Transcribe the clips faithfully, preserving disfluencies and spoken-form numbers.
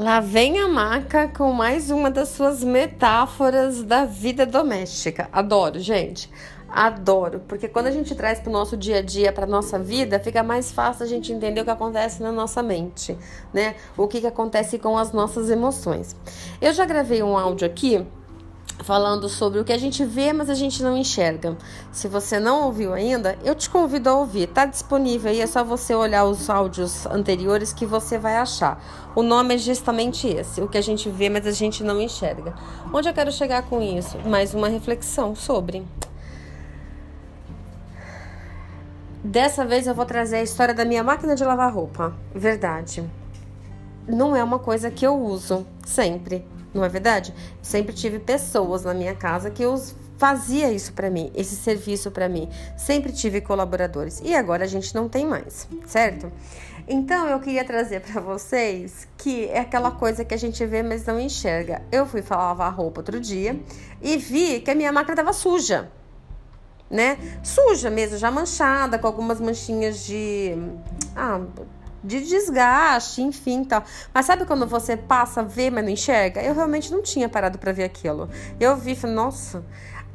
Lá vem a Maca com mais uma das suas metáforas da vida doméstica. Adoro, gente. Adoro, porque quando a gente traz para o nosso dia a dia, para nossa vida, fica mais fácil a gente entender o que acontece na nossa mente, né? O que, que acontece com as nossas emoções. Eu já gravei um áudio aqui falando sobre o que a gente vê, mas a gente não enxerga. Se você não ouviu ainda, eu te convido a ouvir. Tá disponível aí, é só você olhar os áudios anteriores que você vai achar. O nome é justamente esse, o que a gente vê, mas a gente não enxerga. Onde eu quero chegar com isso? Mais uma reflexão sobre... Dessa vez eu vou trazer a história da minha máquina de lavar roupa. Verdade. Não é uma coisa que eu uso sempre. Não é verdade? Sempre tive pessoas na minha casa que os fazia isso para mim, esse serviço para mim. Sempre tive colaboradores e agora a gente não tem mais, certo? Então eu queria trazer para vocês que é aquela coisa que a gente vê, mas não enxerga. Eu fui lavar roupa outro dia e vi que a minha máquina estava suja, né? Suja mesmo, já manchada, com algumas manchinhas de... Ah, de desgaste, enfim, tal. Mas sabe quando você passa a ver, mas não enxerga? Eu realmente não tinha parado para ver aquilo. Eu vi e falei, nossa.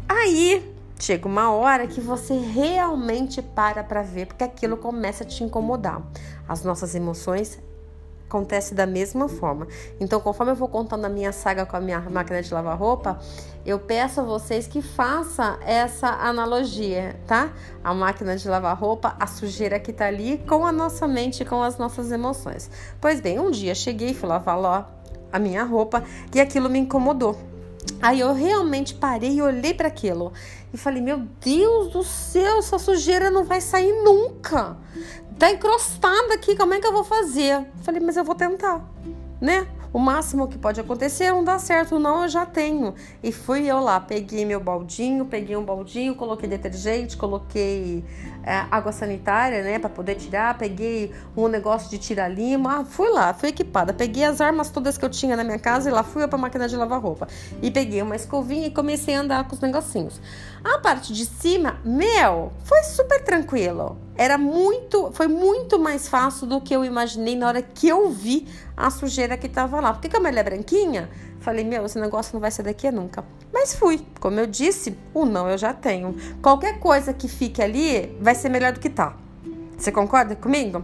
Aí chega uma hora que você realmente para para ver, porque aquilo começa a te incomodar. As nossas emoções acontecem da mesma forma. Então, conforme eu vou contando a minha saga com a minha máquina de lavar roupa, eu peço a vocês que façam essa analogia, tá? A máquina de lavar roupa, a sujeira que tá ali com a nossa mente, com as nossas emoções. Pois bem, um dia cheguei, fui lavar lá a minha roupa e aquilo me incomodou. Aí eu realmente parei e olhei para aquilo e falei, meu Deus do céu, essa sujeira não vai sair nunca. Tá encrostada aqui, como é que eu vou fazer? Falei, mas eu vou tentar, né? O máximo que pode acontecer é não dar certo, não, eu já tenho. E fui eu lá, peguei meu baldinho, peguei um baldinho, coloquei detergente, coloquei é, água sanitária, né, pra poder tirar, peguei um negócio de tirar-lima, ah, fui lá, fui equipada, peguei as armas todas que eu tinha na minha casa e lá fui eu pra máquina de lavar roupa. E peguei uma escovinha e comecei a andar com os negocinhos. A parte de cima, meu, foi super tranquilo. Era muito, foi muito mais fácil do que eu imaginei na hora que eu vi a sujeira que tava lá. Porque como ela é branquinha, falei, meu, esse negócio não vai sair daqui nunca. Mas fui. Como eu disse, o não eu já tenho. Qualquer coisa que fique ali vai ser melhor do que tá. Você concorda comigo?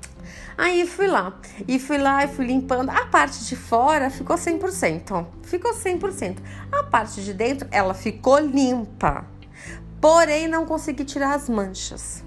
Aí fui lá. E fui lá e fui limpando. A parte de fora ficou cem por cento. Ficou cem por cento. A parte de dentro, ela ficou limpa. Porém, não consegui tirar as manchas.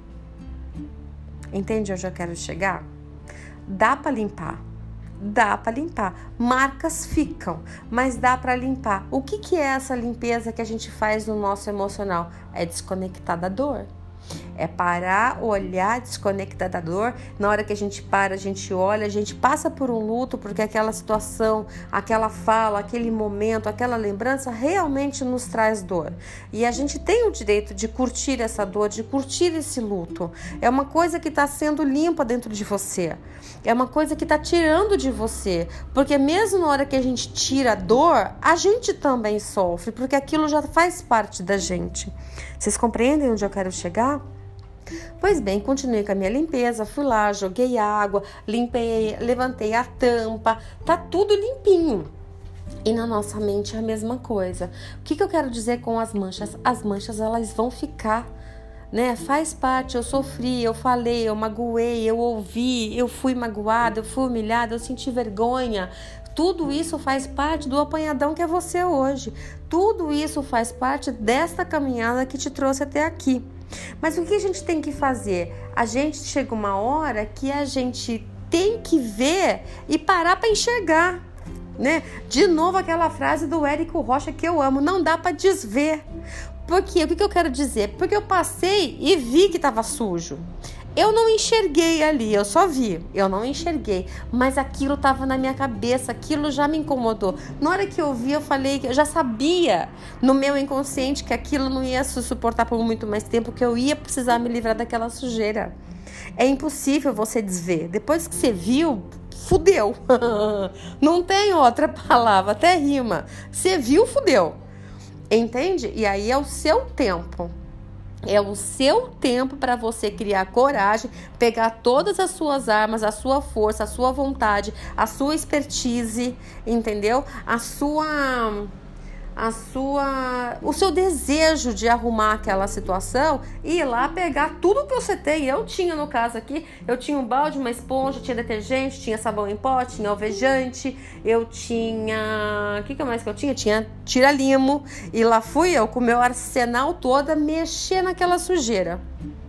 Entende onde eu quero chegar? Dá para limpar, dá para limpar. Marcas ficam, mas dá para limpar. O que, que é essa limpeza que a gente faz no nosso emocional? É desconectar da dor. É parar, olhar, desconectar da dor. Na hora que a gente para, a gente olha, a gente passa por um luto, porque aquela situação, aquela fala, aquele momento, aquela lembrança realmente nos traz dor. E a gente tem o direito de curtir essa dor, de curtir esse luto. É uma coisa que está sendo limpa dentro de você. É uma coisa que está tirando de você. Porque mesmo na hora que a gente tira a dor, a gente também sofre, porque aquilo já faz parte da gente. Vocês compreendem onde eu quero chegar? Pois bem, continuei com a minha limpeza, fui lá, joguei água, limpei, levantei a tampa, tá tudo limpinho. E na nossa mente é a mesma coisa. O que, que eu quero dizer com as manchas? As manchas, elas vão ficar, né? Faz parte, eu sofri, eu falei, eu magoei, eu ouvi, eu fui magoada, eu fui humilhada, eu senti vergonha. Tudo isso faz parte do apanhadão que é você hoje. Tudo isso faz parte desta caminhada que te trouxe até aqui. Mas o que a gente tem que fazer? A gente chega uma hora que a gente tem que ver e parar para enxergar, né? De novo aquela frase do Érico Rocha que eu amo, não dá para desver. Por quê? O que eu quero dizer? Porque eu passei e vi que estava sujo. Eu não enxerguei ali, eu só vi, eu não enxerguei, mas aquilo estava na minha cabeça, aquilo já me incomodou. Na hora que eu vi, eu falei que eu já sabia no meu inconsciente que aquilo não ia se suportar por muito mais tempo, que eu ia precisar me livrar daquela sujeira. É impossível você desver. Depois que você viu, fudeu. Não tem outra palavra, até rima. Você viu, fudeu. Entende? E aí é o seu tempo. É o seu tempo para você criar coragem, pegar todas as suas armas, a sua força, a sua vontade, a sua expertise, entendeu? A sua... a sua, o seu desejo de arrumar aquela situação e ir lá pegar tudo que você tem. Eu tinha, no caso aqui, eu tinha um balde, uma esponja, tinha detergente, tinha sabão em pó, tinha alvejante, eu tinha... o que que mais que eu tinha? Tinha tira-limo. E lá fui eu com o meu arsenal todo mexer naquela sujeira.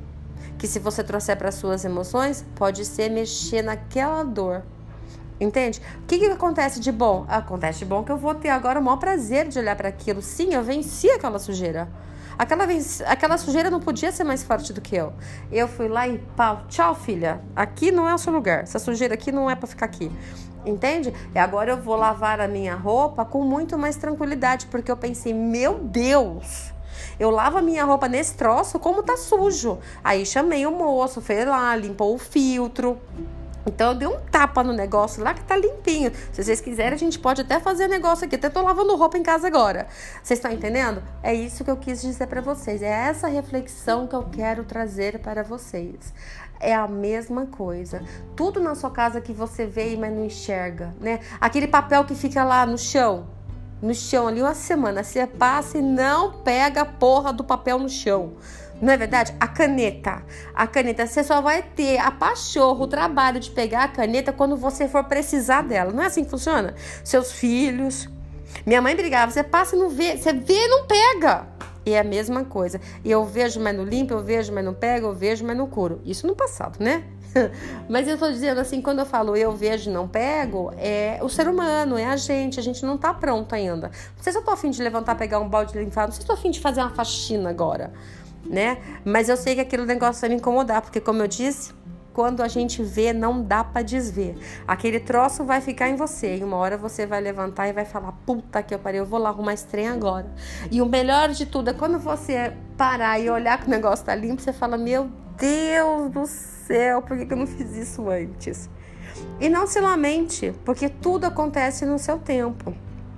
Que se você trouxer para suas emoções, pode ser mexer naquela dor. Entende? O que que acontece de bom? Acontece de bom que eu vou ter agora o maior prazer de olhar para aquilo. Sim, eu venci aquela sujeira. Aquela, venci... aquela sujeira não podia ser mais forte do que eu. Eu fui lá e pau, tchau, filha. Aqui não é o seu lugar. Essa sujeira aqui não é para ficar aqui. Entende? E agora eu vou lavar a minha roupa com muito mais tranquilidade, porque eu pensei, meu Deus... eu lavo a minha roupa nesse troço como tá sujo. Aí chamei o moço, foi lá, limpou o filtro. Então eu dei um tapa no negócio lá que tá limpinho. Se vocês quiserem, a gente pode até fazer negócio aqui. Até tô lavando roupa em casa agora. Vocês estão entendendo? É isso que eu quis dizer para vocês. É essa reflexão que eu quero trazer para vocês. É a mesma coisa. Tudo na sua casa que você vê, mas não enxerga, né? Aquele papel que fica lá no chão. No chão ali uma semana. Você passa e não pega a porra do papel no chão. Não é verdade? A caneta. A caneta, você só vai ter a pachorra, o trabalho de pegar a caneta quando você for precisar dela. Não é assim que funciona? Seus filhos. Minha mãe brigava, você passa e não vê. Você vê e não pega. E é a mesma coisa. E eu vejo, mas não limpo, eu vejo, mas não pego, eu vejo, mas não curo. Isso no passado, né? Mas eu tô dizendo assim, quando eu falo eu vejo e não pego, é o ser humano, é a gente. A gente não tá pronto ainda. Não sei se eu tô a fim de levantar, pegar um balde e limpar. Não sei se eu tô a fim de fazer uma faxina agora. Né? Mas eu sei que aquele negócio vai me incomodar, porque como eu disse, quando a gente vê, não dá pra desver. Aquele troço vai ficar em você, e uma hora você vai levantar e vai falar, puta que eu parei, eu vou lá arrumar esse trem agora. E o melhor de tudo é quando você parar e olhar que o negócio tá limpo, você fala, meu Deus do céu, por que que eu não fiz isso antes? E não se lamente, porque tudo acontece no seu tempo.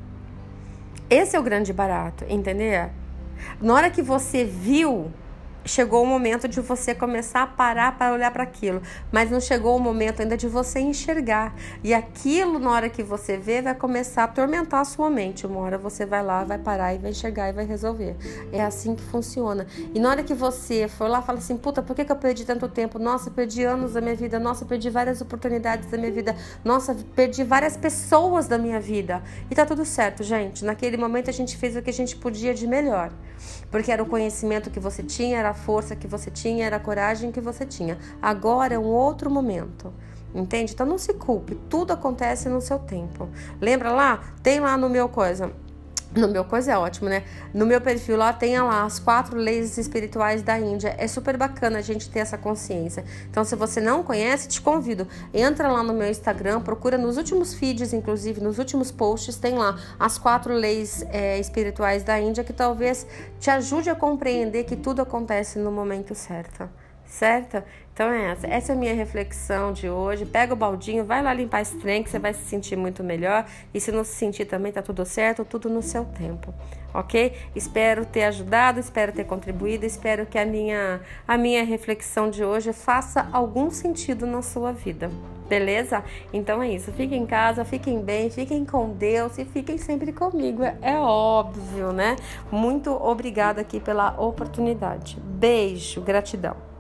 Esse é o grande barato, entendeu? Na hora que você viu, chegou o momento de você começar a parar para olhar para aquilo, mas não chegou o momento ainda de você enxergar. E aquilo, na hora que você vê, vai começar a atormentar a sua mente. Uma hora você vai lá, vai parar e vai enxergar e vai resolver. É assim que funciona. E na hora que você for lá, fala assim, puta, por que que eu perdi tanto tempo? Nossa, perdi anos da minha vida. Nossa, perdi várias oportunidades da minha vida. Nossa, perdi várias pessoas da minha vida. E tá tudo certo, gente. Naquele momento a gente fez o que a gente podia de melhor. Porque era o conhecimento que você tinha, era a força que você tinha, era a coragem que você tinha. Agora é um outro momento, entende? Então não se culpe, tudo acontece no seu tempo. Lembra lá? Tem lá no meu coisa... No meu coisa é ótimo, né? No meu perfil lá tem lá as quatro leis espirituais da Índia. É super bacana a gente ter essa consciência. Então, se você não conhece, te convido. Entra lá no meu Instagram, procura nos últimos feeds, inclusive nos últimos posts, tem lá as quatro leis é, espirituais da Índia que talvez te ajude a compreender que tudo acontece no momento certo. Certo? Então é essa. Essa é a minha reflexão de hoje. Pega o baldinho, vai lá limpar esse trem que você vai se sentir muito melhor. E se não se sentir também, tá tudo certo, tudo no seu tempo. Ok? Espero ter ajudado, espero ter contribuído, espero que a minha, a minha reflexão de hoje faça algum sentido na sua vida. Beleza? Então é isso. Fiquem em casa, fiquem bem, fiquem com Deus e fiquem sempre comigo. É, é óbvio, né? Muito obrigada aqui pela oportunidade. Beijo, gratidão.